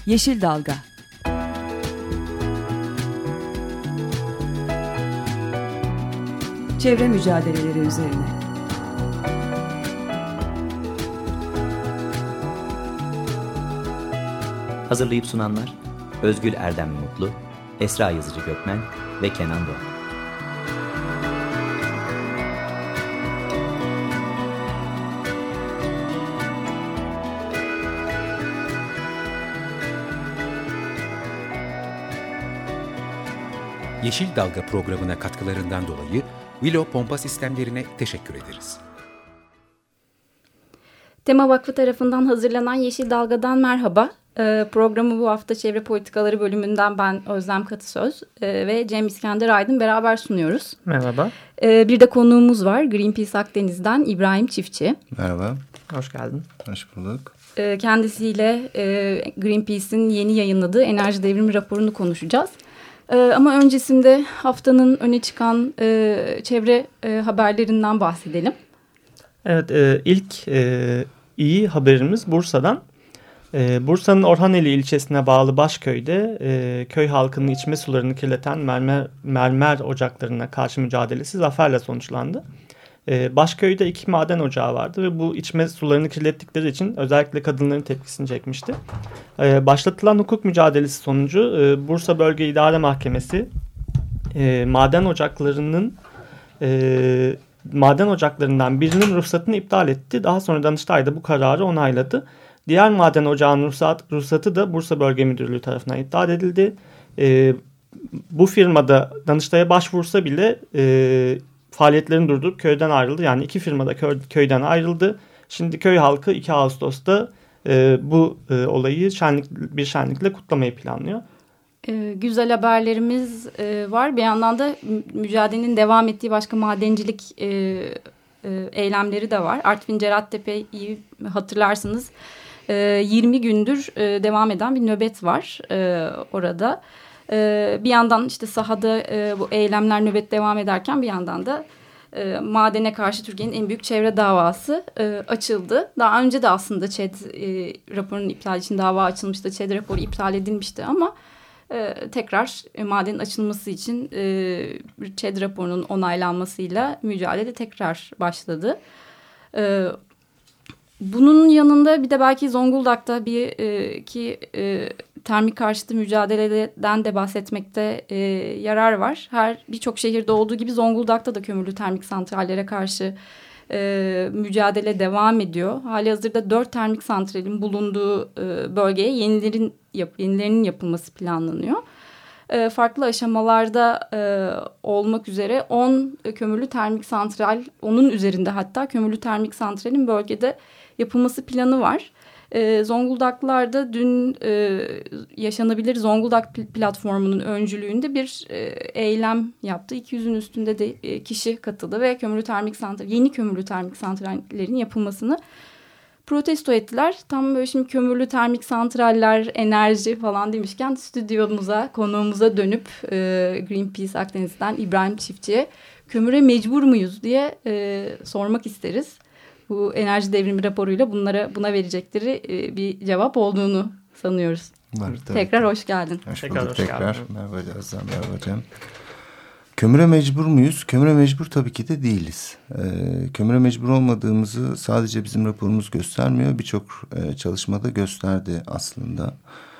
Yeşil Dalga. Çevre mücadeleleri üzerine. Hazırlayıp sunanlar Özgül Erdem Mutlu, Esra Yazıcı Gökmen ve Kenan Doğan. Yeşil Dalga programına katkılarından dolayı Willow Pompa Sistemlerine teşekkür ederiz. Tema Vakfı tarafından hazırlanan Yeşil Dalga'dan merhaba. Programı bu hafta Çevre Politikaları bölümünden ben Özlem Katısöz ve Cem İskender Aydın beraber sunuyoruz. Merhaba. Bir de konuğumuz var. Greenpeace Akdeniz'den İbrahim Çiftçi. Merhaba. Hoş geldin. Hoş bulduk. Kendisiyle Greenpeace'in yeni yayınladığı enerji devrimi raporunu konuşacağız. Ama öncesinde haftanın öne çıkan çevre haberlerinden bahsedelim. Evet, ilk iyi haberimiz Bursa'dan. Bursa'nın Orhaneli ilçesine bağlı Başköy'de köy halkının içme sularını kirleten mermer ocaklarına karşı mücadelesi zaferle sonuçlandı. Başköy'de 2 maden ocağı vardı ve bu içme sularını kirlettikleri için özellikle kadınların tepkisini çekmişti. Başlatılan hukuk mücadelesi sonucu Bursa Bölge İdare Mahkemesi maden ocaklarından birinin ruhsatını iptal etti. Daha sonra Danıştay da bu kararı onayladı. Diğer maden ocağının ruhsatı da Bursa Bölge Müdürlüğü tarafından iptal edildi. Bu firmada Danıştay'a başvursa bile faaliyetlerini durdurup köyden ayrıldı. Yani 2 firma da köyden ayrıldı. Şimdi köy halkı 2 Ağustos'ta bu olayı bir şenlikle kutlamayı planlıyor. Güzel haberlerimiz var. Bir yandan da mücadelenin devam ettiği başka madencilik eylemleri de var. Artvin Cerattepe'yi hatırlarsınız. 20 gündür devam eden bir nöbet var orada. Bir yandan işte sahada bu eylemler, nöbet devam ederken bir yandan da madene karşı Türkiye'nin en büyük çevre davası açıldı. Daha önce de aslında ÇED raporunun iptal için dava açılmıştı. ÇED raporu iptal edilmişti ama tekrar madenin açılması için ÇED raporunun onaylanmasıyla mücadele tekrar başladı. Bunun yanında bir de belki Zonguldak'ta termik karşıtı mücadeleden de bahsetmekte yarar var. Birçok şehirde olduğu gibi Zonguldak'ta da kömürlü termik santrallere karşı mücadele devam ediyor. Halihazırda 4 termik santralin bulunduğu bölgeye yenilerinin yapılması planlanıyor. Farklı aşamalarda olmak üzere 10 kömürlü termik santral, onun üzerinde hatta kömürlü termik santralin bölgede yapılması planı var. Zonguldaklılar da dün Yaşanabilir Zonguldak platformunun öncülüğünde bir eylem yaptı. 200'ün üstünde de kişi katıldı ve yeni kömürlü termik santrallerin yapılmasını protesto ettiler. Tam böyle şimdi kömürlü termik santraller, enerji falan demişken konuğumuza dönüp Greenpeace Akdeniz'den İbrahim Çiftçi'ye kömüre mecbur muyuz diye sormak isteriz. Bu enerji devrimi raporuyla buna verecekleri bir cevap olduğunu sanıyoruz. Var, tekrar hoş geldin. Hoş bulduk tekrar. Merhaba Özlem, merhaba Cem. Kömüre mecbur muyuz? Kömüre mecbur tabii ki de değiliz. Kömüre mecbur olmadığımızı sadece bizim raporumuz göstermiyor. Birçok çalışmada gösterdi aslında.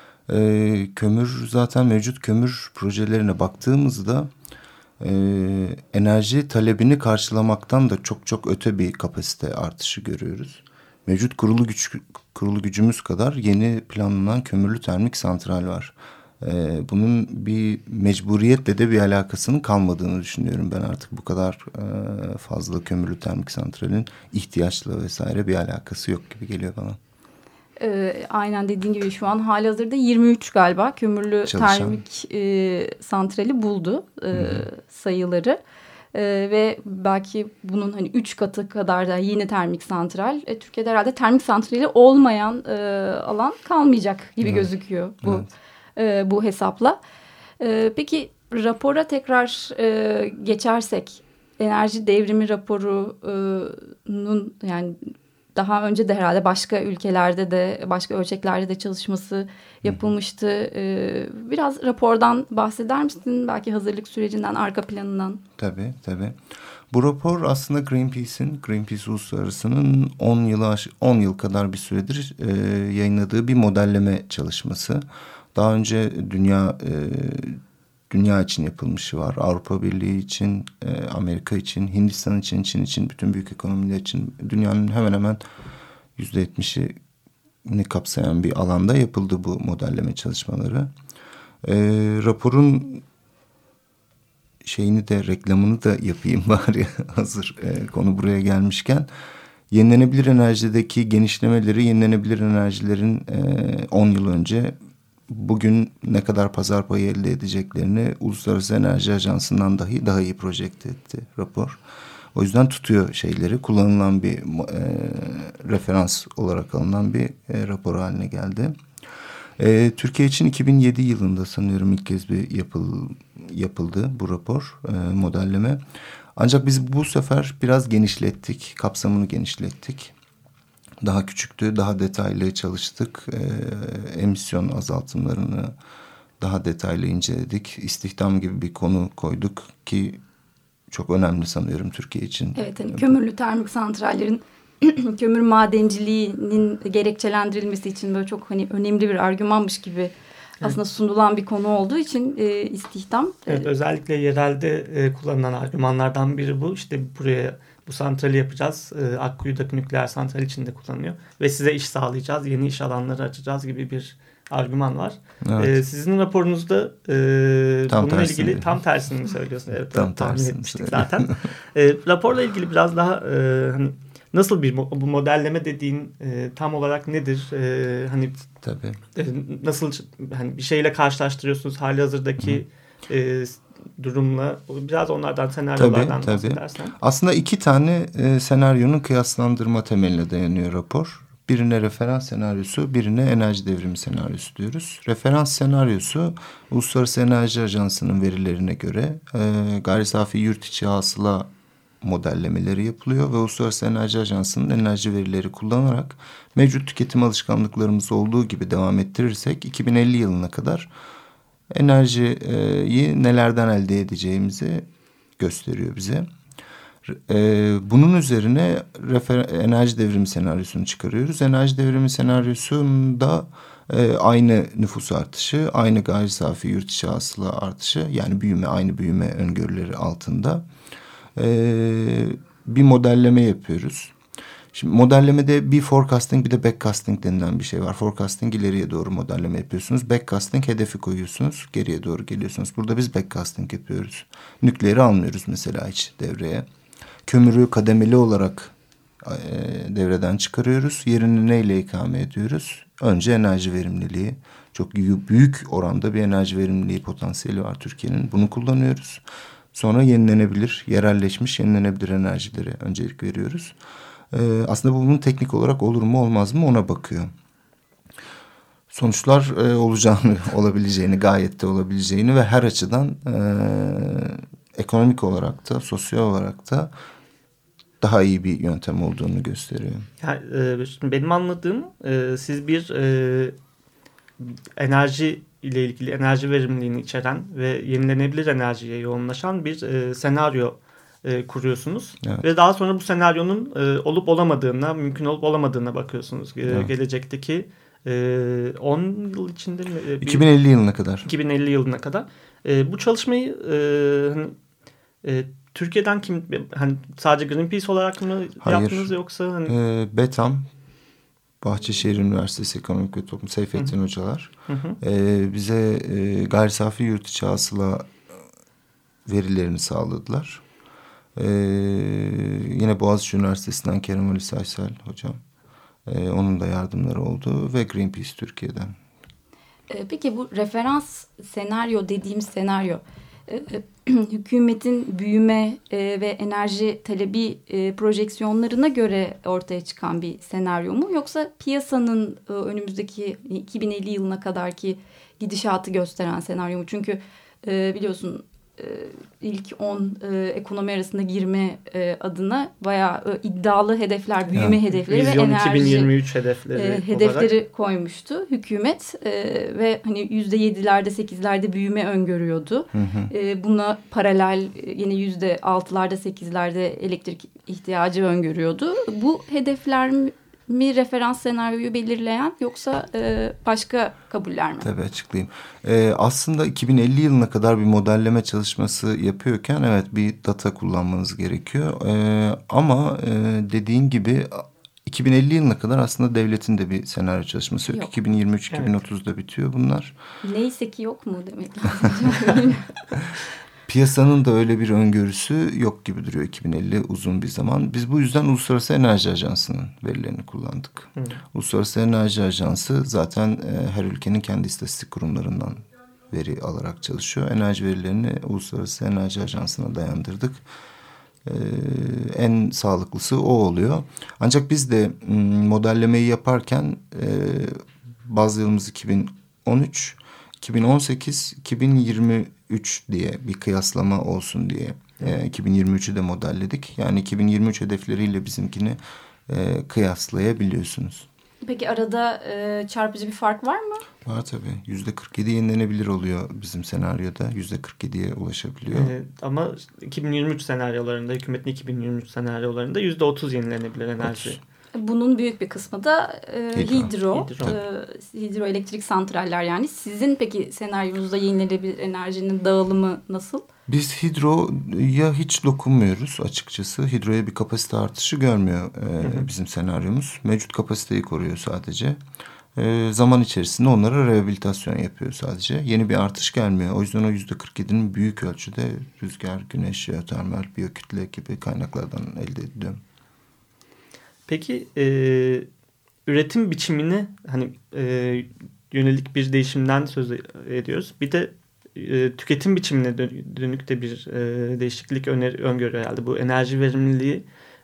Zaten mevcut kömür projelerine baktığımızda enerji talebini karşılamaktan da çok öte bir kapasite artışı görüyoruz. Mevcut kurulu gücümüz kadar yeni planlanan kömürlü termik santral var. Bunun bir mecburiyetle de bir alakasının kalmadığını düşünüyorum. Ben artık bu kadar fazla kömürlü termik santralin ihtiyaçla vesaire bir alakası yok gibi geliyor bana. Aynen dediğin gibi şu an halihazırda 23 galiba kömürlü termik santrali buldu sayıları. Ve belki bunun 3 katı kadar da yeni termik santral. Türkiye'de herhalde termik santrali olmayan alan kalmayacak gibi gözüküyor bu hesapla. Peki rapora tekrar geçersek, enerji devrimi raporunun daha önce de herhalde başka ülkelerde de başka ölçeklerde de çalışması yapılmıştı. Biraz rapordan bahseder misin? Belki hazırlık sürecinden, arka planından. Tabii. Bu rapor aslında Greenpeace Uluslararası'nın 10 yıl kadar bir süredir yayınladığı bir modelleme çalışması. Daha önce dünya için yapılmışı var. Avrupa Birliği için, Amerika için, Hindistan için, Çin için, bütün büyük ekonomiler için dünyanın hemen hemen %70'ini kapsayan bir alanda yapıldı bu modelleme çalışmaları. Raporun reklamını da yapayım bari hazır konu buraya gelmişken. Yenilenebilir enerjideki genişlemeleri, yenilenebilir enerjilerin 10 yıl önce bugün ne kadar pazar payı elde edeceklerini Uluslararası Enerji Ajansı'ndan daha iyi projekte etti rapor. O yüzden tutuyor şeyleri, kullanılan bir referans olarak alınan bir rapor haline geldi. Türkiye için 2007 yılında sanıyorum ilk kez bir yapıldı bu rapor, modelleme. Ancak biz bu sefer biraz genişlettik, kapsamını genişlettik. Daha küçüktü, daha detaylı çalıştık. Emisyon azaltımlarını daha detaylı inceledik. İstihdam gibi bir konu koyduk ki çok önemli sanıyorum Türkiye için. Evet, hani kömürlü termik santrallerin kömür madenciliğinin gerekçelendirilmesi için böyle çok önemli bir argümanmış gibi aslında sunulan bir konu olduğu için istihdam. Evet, özellikle yerelde kullanılan argümanlardan biri bu. İşte buraya bu santrali yapacağız. Akkuyu'daki nükleer santral içinde kullanılıyor. Ve size iş sağlayacağız, yeni iş alanları açacağız gibi bir argüman var. Evet. Sizin raporunuzda bununla ilgili tam tersini mi söylüyorsunuz? Evet, tahmin etmiştik zaten. Raporla ilgili biraz daha nasıl bu modelleme dediğin tam olarak nedir? Tabii. Nasıl bir şeyle karşılaştırıyorsunuz halihazırdaki durumla? Biraz onlardan, senaryolardan bahsedersen. Aslında 2 tane senaryonun kıyaslandırma temeline dayanıyor rapor. Birine referans senaryosu, birine enerji devrimi senaryosu diyoruz. Referans senaryosu Uluslararası Enerji Ajansı'nın verilerine göre gayri safi yurt içi hasıla modellemeleri yapılıyor ve Uluslararası Enerji Ajansı'nın enerji verileri kullanarak mevcut tüketim alışkanlıklarımız olduğu gibi devam ettirirsek 2050 yılına kadar enerjiyi nelerden elde edeceğimizi gösteriyor bize. Bunun üzerine enerji devrimi senaryosunu çıkarıyoruz. Enerji devrimi senaryosunda aynı nüfus artışı, aynı gayri safi yurt içi hasıla artışı, yani aynı büyüme öngörüleri altında bir modelleme yapıyoruz. Şimdi modellemede bir forecasting bir de backcasting denilen bir şey var. Forecasting ileriye doğru modelleme yapıyorsunuz. Backcasting hedefi koyuyorsunuz. Geriye doğru geliyorsunuz. Burada biz backcasting yapıyoruz. Nükleeri almıyoruz mesela hiç devreye. Kömürü kademeli olarak devreden çıkarıyoruz. Yerini neyle ikame ediyoruz? Önce enerji verimliliği. Çok büyük oranda bir enerji verimliliği potansiyeli var Türkiye'nin. Bunu kullanıyoruz. Sonra yerelleşmiş yenilenebilir enerjilere öncelik veriyoruz. Aslında bunun teknik olarak olur mu olmaz mı ona bakıyor. Sonuçlar olabileceğini, gayet de olabileceğini ve her açıdan ekonomik olarak da, sosyal olarak da daha iyi bir yöntem olduğunu gösteriyor. Yani, benim anladığım siz bir enerji ile ilgili enerji verimliliğini içeren ve yenilenebilir enerjiye yoğunlaşan bir senaryo kuruyorsunuz. Evet. Ve daha sonra bu senaryonun olup olamadığına, mümkün olup olamadığına bakıyorsunuz. Evet. Gelecekteki 10 yıl içinde mi? 2050 yılına kadar. 2050 yılına kadar. Bu çalışmayı Türkiye'den sadece Greenpeace olarak mı yaptınız yoksa? BETAM, Bahçeşehir Üniversitesi Ekonomik ve Toplum Seyfettin Hocalar bize gayri safi yurt içi hasıla verilerini sağladılar. Yine Boğaziçi Üniversitesi'nden Kerem Ali Saysal hocam. Onun da yardımları oldu ve Greenpeace Türkiye'den. Peki bu referans senaryo dediğimiz senaryo hükümetin büyüme ve enerji talebi projeksiyonlarına göre ortaya çıkan bir senaryo mu? Yoksa piyasanın önümüzdeki 2050 yılına kadarki gidişatı gösteren senaryo mu? Çünkü biliyorsun ilk 10 ekonomi arasında girme adına bayağı iddialı hedefler, büyüme hedefleri Vizyon ve enerji 2023 hedefleri olarak koymuştu hükümet ve hani %7'lerde 8'lerde büyüme öngörüyordu. Buna paralel yine %6'larda 8'lerde elektrik ihtiyacı öngörüyordu. Bu hedefler mi referans senaryoyu belirleyen yoksa başka kabuller mi? Tabii açıklayayım. Aslında 2050 yılına kadar bir modelleme çalışması yapıyorken evet bir data kullanmanız gerekiyor. Ama dediğin gibi 2050 yılına kadar aslında devletin de bir senaryo çalışması yok. 2023-2030'da bitiyor bunlar. Neyse ki yok mu demek lazım. Piyasanın da öyle bir öngörüsü yok gibi duruyor 2050 uzun bir zaman. Biz bu yüzden Uluslararası Enerji Ajansı'nın verilerini kullandık. Uluslararası Enerji Ajansı zaten her ülkenin kendi istatistik kurumlarından veri alarak çalışıyor. Enerji verilerini Uluslararası Enerji Ajansı'na dayandırdık. En sağlıklısı o oluyor. Ancak biz de modellemeyi yaparken bazı yılımız 2013, 2018, 2023 diye bir kıyaslama olsun diye 2023'ü de modelledik. Yani 2023 hedefleriyle bizimkini kıyaslayabiliyorsunuz. Peki arada çarpıcı bir fark var mı? Var tabii. %47 yenilenebilir oluyor bizim senaryoda. %47'ye ulaşabiliyor. Ama 2023 senaryolarında, hükümetin 2023 senaryolarında %30 yenilenebilir enerji. 30. Bunun büyük bir kısmı da hidroelektrik santraller yani. Sizin peki senaryonuzda yenilenebilir enerjinin dağılımı nasıl? Biz hidroya hiç dokunmuyoruz açıkçası. Hidroya bir kapasite artışı görmüyor bizim senaryomuz. Mevcut kapasiteyi koruyor sadece. Zaman içerisinde onlara rehabilitasyon yapıyor sadece. Yeni bir artış gelmiyor. O yüzden o %47'nin büyük ölçüde rüzgar, güneş, jeotermal, biyokütle gibi kaynaklardan elde ediliyor. Peki üretim biçimine hani yönelik bir değişimden söz ediyoruz. Bir de tüketim biçimine dönük de bir değişiklik öngörüyor herhalde. Bu enerji verimliliği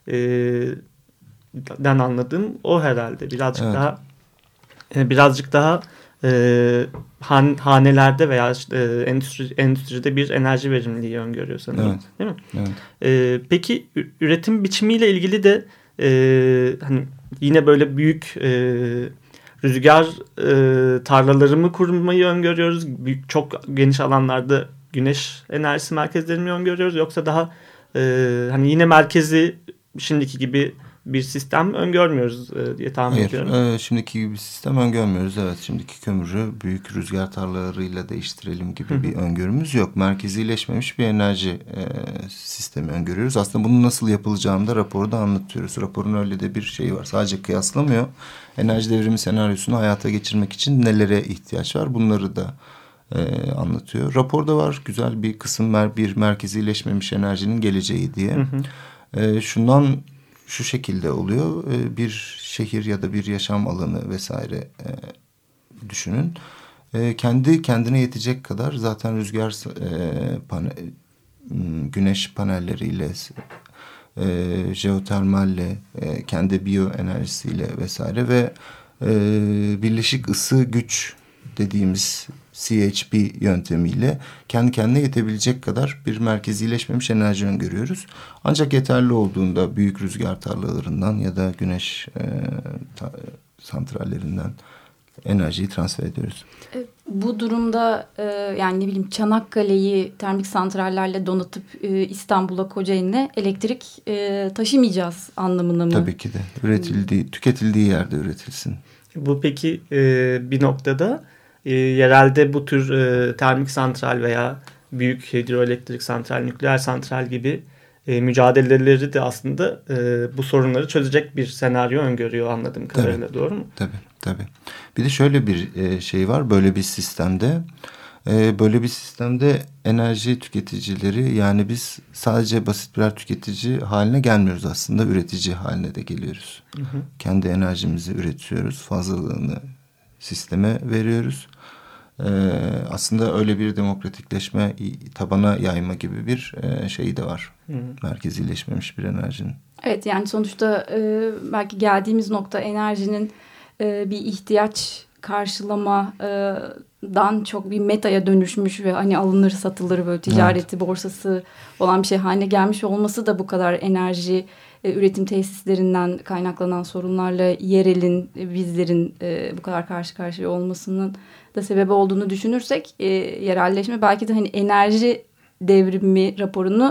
den anladığım o herhalde. Birazcık daha hanelerde veya endüstride bir enerji verimliliği öngörüyor sanırım. Evet. Değil mi? Evet. Peki üretim biçimiyle ilgili de hani yine böyle büyük rüzgar tarlaları mı kurmayı öngörüyoruz? Çok geniş alanlarda güneş enerjisi merkezleri mi öngörüyoruz? Yoksa daha hani yine merkezi şimdiki gibi bir sistem öngörmüyoruz diye tahmin ediyorum. Hayır, şimdiki gibi bir sistem öngörmüyoruz. Evet, şimdiki kömürü büyük rüzgar tarlalarıyla değiştirelim gibi bir öngörümüz yok. Merkezileşmemiş bir enerji sistemi öngörüyoruz. Aslında bunun nasıl yapılacağını da raporda anlatıyoruz. Raporun öyle de bir şeyi var. Sadece kıyaslamıyor. Enerji devrimi senaryosunu hayata geçirmek için nelere ihtiyaç var bunları da anlatıyor. Raporda var güzel bir kısım bir merkezileşmemiş enerjinin geleceği diye. Şu şekilde oluyor. Bir şehir ya da bir yaşam alanı vesaire düşünün. Kendi kendine yetecek kadar zaten rüzgar güneş panelleriyle jeotermalle kendi biyoenerjisiyle vesaire ve birleşik ısı güç dediğimiz CHP yöntemiyle kendi kendine yetebilecek kadar bir merkezileşmemiş enerji öngörüyoruz. Ancak yeterli olduğunda büyük rüzgar tarlalarından ya da güneş santrallerinden enerjiyi transfer ediyoruz. Bu durumda yani ne bileyim Çanakkale'yi termik santrallerle donatıp İstanbul'a, Kocaeli'ne elektrik taşımayacağız anlamına mı? Tabii ki de. Tüketildiği yerde üretilsin. Bu peki bir noktada yerelde bu tür termik santral veya büyük hidroelektrik santral, nükleer santral gibi mücadeleleri de aslında bu sorunları çözecek bir senaryo öngörüyor anladığım kadarıyla. Doğru mu? Tabii. Bir de şöyle bir şey var böyle bir sistemde. Böyle bir sistemde enerji tüketicileri yani biz sadece basit birer tüketici haline gelmiyoruz aslında üretici haline de geliyoruz. Kendi enerjimizi üretiyoruz, fazlalığını sisteme veriyoruz. Aslında öyle bir demokratikleşme, tabana yayma gibi bir şeyi de var. Merkezileşmemiş bir enerjinin. Evet yani sonuçta belki geldiğimiz nokta enerjinin bir ihtiyaç karşılama dan çok bir metaya dönüşmüş ve hani alınır satılır böyle ticareti, borsası olan bir şey haline gelmiş olması da bu kadar enerji üretim tesislerinden kaynaklanan sorunlarla yerelin, bizlerin bu kadar karşı karşıya olmasının da sebebi olduğunu düşünürsek yerelleşme belki de hani enerji devrimi raporunun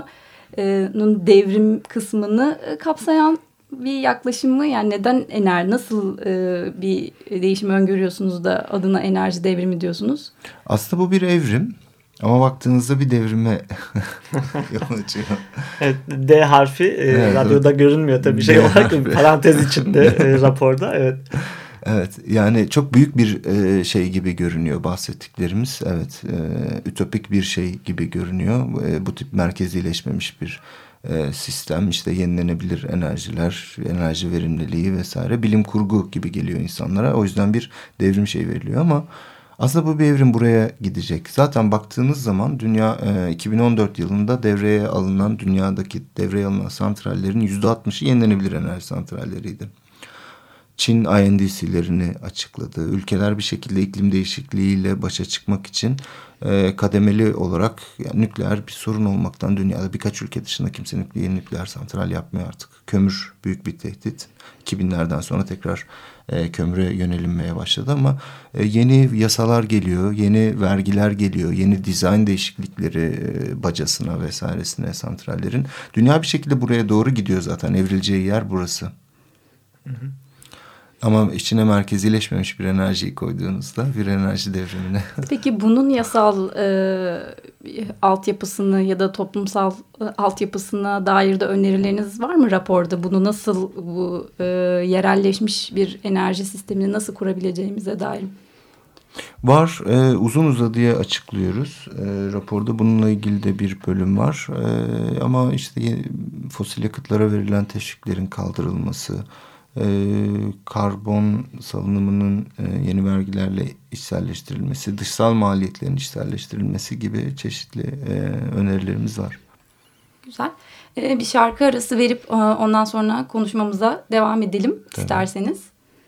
devrim kısmını kapsayan bir yaklaşım mı? Yani neden nasıl bir değişim öngörüyorsunuz da adına enerji devrimi diyorsunuz? Aslında bu bir evrim. Ama baktığınızda bir devrime yol açıyor. Evet, D harfi radyoda görünmüyor tabii şey olarak parantez içinde raporda. Evet. Evet, yani çok büyük bir şey gibi görünüyor bahsettiklerimiz. Evet, ütopik bir şey gibi görünüyor. Bu tip merkezileşmemiş bir sistem, işte yenilenebilir enerjiler, enerji verimliliği vesaire bilim kurgu gibi geliyor insanlara. O yüzden bir devrim şey veriliyor ama aslında bu bir evrim buraya gidecek. Zaten baktığınız zaman dünya 2014 yılında dünyadaki devreye alınan santrallerin %60'ı yenilenebilir enerji santralleriydi. Çin INDC'lerini açıkladı. Ülkeler bir şekilde iklim değişikliğiyle başa çıkmak için kademeli olarak yani nükleer bir sorun olmaktan dünyada birkaç ülke dışında kimse nükleer santral yapmıyor artık. Kömür büyük bir tehdit. 2000'lerden sonra tekrar kömüre yönelinmeye başladı ama yeni yasalar geliyor, yeni vergiler geliyor, yeni dizayn değişiklikleri bacasına vesairesine santrallerin. Dünya bir şekilde buraya doğru gidiyor zaten. Evrileceği yer burası. Hı hı. Ama içine merkezileşmemiş bir enerjiyi koyduğunuzda bir enerji devrimine. Peki bunun yasal altyapısını ya da toplumsal altyapısına dair de önerileriniz var mı raporda? Bunu nasıl bu yerelleşmiş bir enerji sistemini nasıl kurabileceğimize dair? Var. Uzun uzadıya açıklıyoruz. Raporda bununla ilgili de bir bölüm var. Ama işte fosil yakıtlara verilen teşviklerin kaldırılması, karbon salınımının yeni vergilerle içselleştirilmesi, dışsal maliyetlerin içselleştirilmesi gibi çeşitli önerilerimiz var. Güzel. Bir şarkı arası verip ondan sonra konuşmamıza devam edelim isterseniz.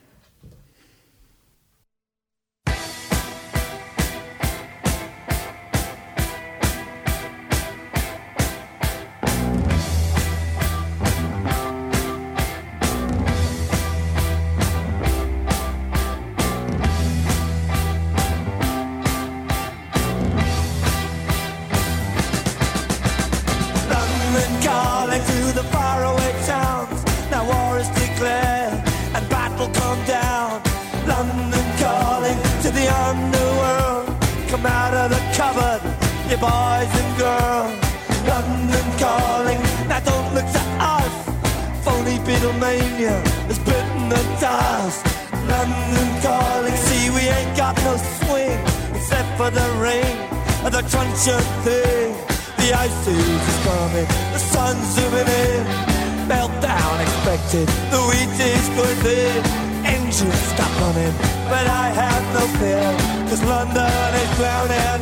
Boys and girls, London calling. Now don't look to us. Phony Beatlemania has bitten the dust. London calling. See, we ain't got no swing except for the rain and the truncheon thing. The ice age is coming. The sun's zooming in. Meltdown expected. The wheat is going thin. Engines stop running, but I have no fear, 'cause London is drowning.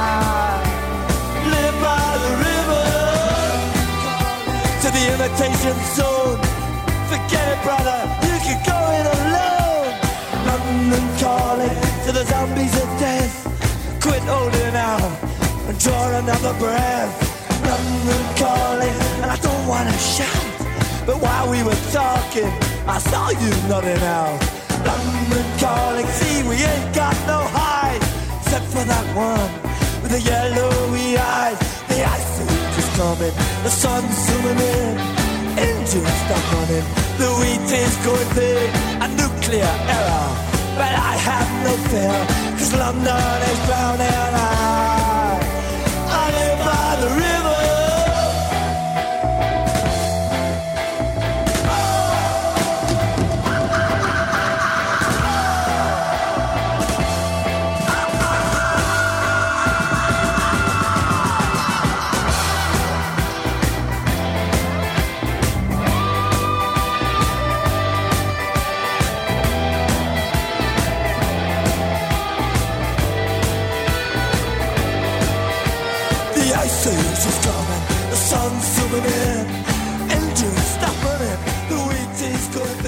Live by the river to the imitation zone. Forget it, brother, you can go it alone. London calling to the zombies of death. Quit holding out and draw another breath. London calling, and I don't want to shout, but while we were talking, I saw you nodding out. London calling, see, we ain't got no hide, except for that one with the yellowy eyes. The ice age is coming, the sun's zooming in, engines stop running, the wheat is going thin, a nuclear error, but I have no fear, 'cause London is drowning. I live by the river.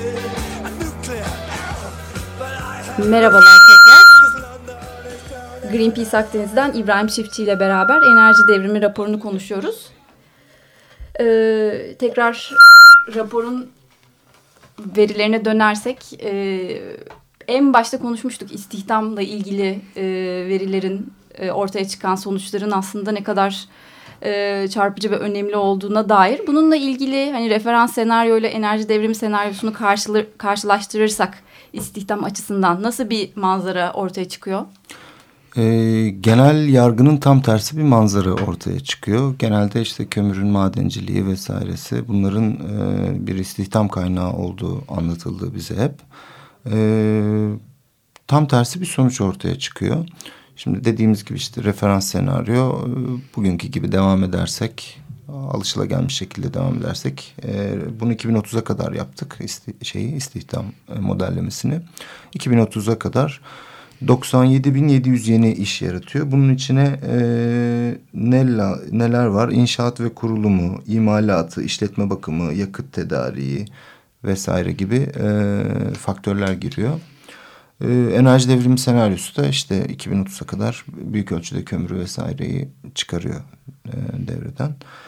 Merhabalar tekrar. Greenpeace Akdeniz'den İbrahim Çiftçi ile beraber enerji devrimi raporunu konuşuyoruz. Tekrar raporun verilerine dönersek, en başta konuşmuştuk istihdamla ilgili verilerin ortaya çıkan sonuçların aslında ne kadar çarpıcı ve önemli olduğuna dair. Bununla ilgili hani referans senaryo ile enerji devrimi senaryosunu karşılaştırırsak istihdam açısından nasıl bir manzara ortaya çıkıyor? Genel yargının tam tersi bir manzara ortaya çıkıyor. Genelde işte kömürün madenciliği vesairesi bunların bir istihdam kaynağı olduğu anlatıldı bize hep. Tam tersi bir sonuç ortaya çıkıyor. Şimdi dediğimiz gibi işte referans senaryo bugünkü gibi devam edersek, alışılagelmiş şekilde devam edersek bunu 2030'a kadar yaptık istihdam modellemesini. 2030'a kadar 97.700 yeni iş yaratıyor. Bunun içine neler var? İnşaat ve kurulumu, imalatı, işletme bakımı, yakıt tedariği vesaire gibi faktörler giriyor. Enerji devrimi senaryosu da işte 2030'a kadar büyük ölçüde kömürü vesaireyi çıkarıyor devreden.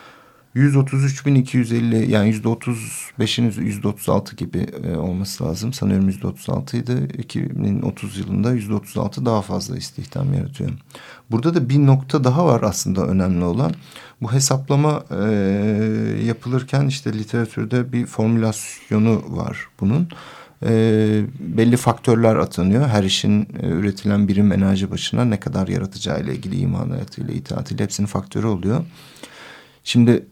133.250 yani %35'in %36 gibi olması lazım. Sanıyorum %36 idi. 2030 yılında %36 daha fazla istihdam yaratıyor. Burada da bir nokta daha var aslında önemli olan. Bu hesaplama yapılırken işte literatürde bir formülasyonu var bunun. Belli faktörler atanıyor. Her işin üretilen birim enerji başına ne kadar yaratacağıyla ilgili imalatıyla, ithaatıyla hepsinin faktörü oluyor. Şimdi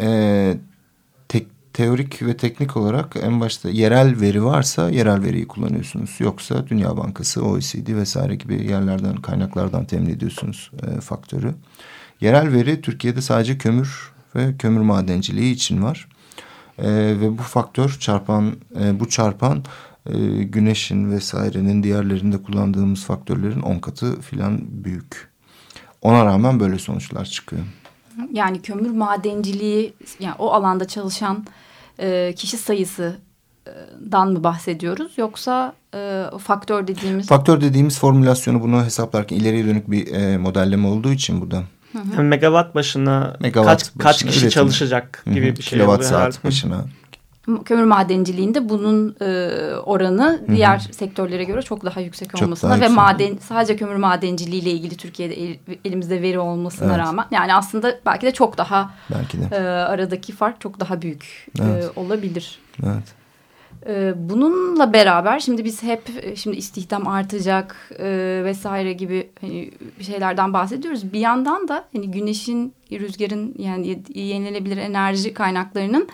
teorik ve teknik olarak en başta yerel veri varsa yerel veriyi kullanıyorsunuz. Yoksa Dünya Bankası, OECD vesaire gibi yerlerden, kaynaklardan temin ediyorsunuz faktörü. Yerel veri Türkiye'de sadece kömür ve kömür madenciliği için var. Ve bu faktör çarpan güneşin vesairenin diğerlerinde kullandığımız faktörlerin 10 katı filan büyük. Ona rağmen böyle sonuçlar çıkıyor. Yani kömür madenciliği, yani o alanda çalışan kişi sayısından mı bahsediyoruz? Yoksa faktör dediğimiz formülasyonu bunu hesaplarken ileriye dönük bir modelleme olduğu için bu da. Yani megawatt başına kaç kişi çalışacak gibi bir şey oluyor. Kilowatt saat başına. Kömür madenciliğinde bunun oranı diğer sektörlere göre çok daha yüksek olmasına ve sadece kömür madenciliği ile ilgili Türkiye'de elimizde veri olmasına rağmen yani aslında belki de çok daha aradaki fark çok daha büyük olabilir. Evet. Bununla beraber şimdi biz hep istihdam artacak vesaire gibi hani bir şeylerden bahsediyoruz. Bir yandan da hani güneşin, rüzgarın yani yenilenebilir enerji kaynaklarının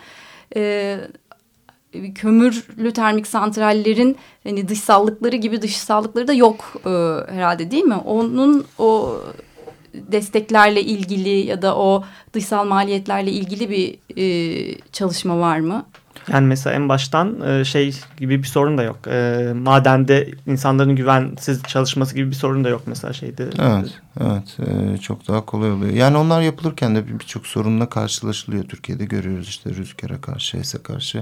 kömürlü termik santrallerin hani dışsallıkları gibi dışsallıkları da yok herhalde, değil mi? Onun o desteklerle ilgili ya da o dışsal maliyetlerle ilgili bir çalışma var mı? Yani mesela en baştan gibi bir sorun da yok. Madende insanların güvensiz çalışması gibi bir sorun da yok mesela şeyde. Evet. Çok daha kolay oluyor. Yani onlar yapılırken de birçok sorunla karşılaşılıyor. Türkiye'de görüyoruz işte rüzgara karşı, HES'e karşı.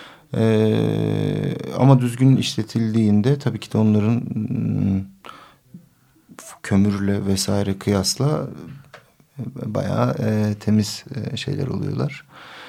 Ama düzgün işletildiğinde tabii ki de onların kömürle vesaire kıyasla bayağı temiz şeyler oluyorlar.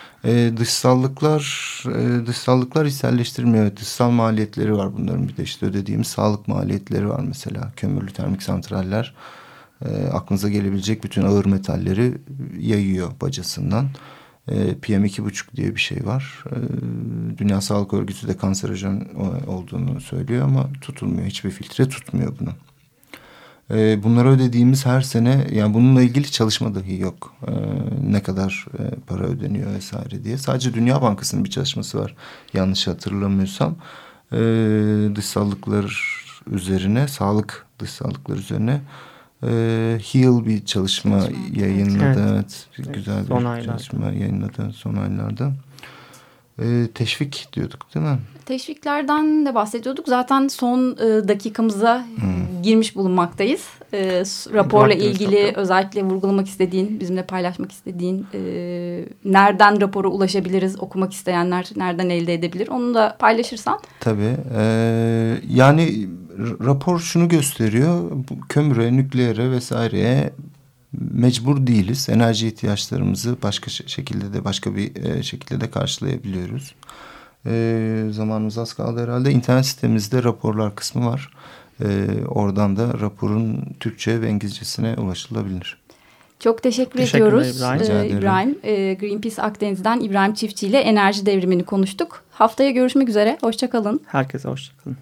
Dışsallıklar içselleştirmiyor. Dışsal maliyetleri var bunların. Bir de işte ödediğimiz sağlık maliyetleri var mesela. Kömürlü termik santraller aklınıza gelebilecek bütün ağır metalleri yayıyor bacasından. PM2,5 diye bir şey var. Dünya Sağlık Örgütü de kanserojen olduğunu söylüyor ama tutulmuyor. Hiçbir filtre tutmuyor bunu. Bunları ödediğimiz her sene yani bununla ilgili çalışma dahi yok. Ne kadar para ödeniyor vesaire diye. Sadece Dünya Bankası'nın bir çalışması var. Yanlış hatırlamıyorsam. Dışsallıklar üzerine, sağlık dışsallıklar üzerine HEAL bir çalışma yayınladı. Evet. Güzel bir çalışma yayınladı son aylarda. Teşvik diyorduk değil mi? Teşviklerden de bahsediyorduk. Zaten son dakikamıza girmiş bulunmaktayız. Raporla ilgili özellikle vurgulamak istediğin, bizimle paylaşmak istediğin nereden rapora ulaşabiliriz, okumak isteyenler nereden elde edebilir? Onu da paylaşırsan. Tabii. Yani rapor şunu gösteriyor. Kömüre, nükleere vesaireye mecbur değiliz. Enerji ihtiyaçlarımızı başka bir şekilde de karşılayabiliyoruz. Zamanımız az kaldı herhalde. İnternet sitemizde raporlar kısmı var. Oradan da raporun Türkçe ve İngilizcesine ulaşılabilir. Çok teşekkür ediyoruz İbrahim. Greenpeace Akdeniz'den İbrahim Çiftçi ile enerji devrimini konuştuk. Haftaya görüşmek üzere. Hoşça kalın. Herkese hoşça kalın.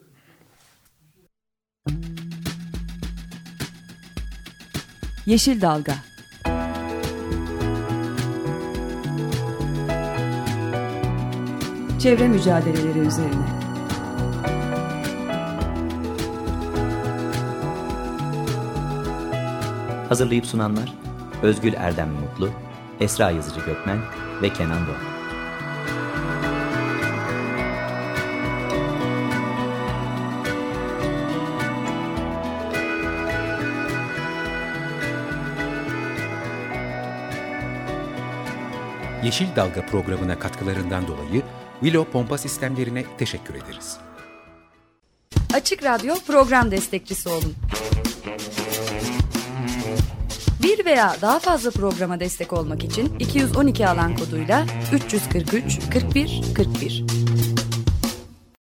Yeşil Dalga. Çevre mücadeleleri üzerine. Hazırlayıp sunanlar Özgül Erdem Mutlu, Esra Yazıcı Gökmen ve Kenan Doğan. Yeşil Dalga programına katkılarından dolayı Willow Pompa Sistemlerine teşekkür ederiz. Açık Radyo program destekçisi olun. Bir veya daha fazla programa destek olmak için 212 alan koduyla 343 41 41.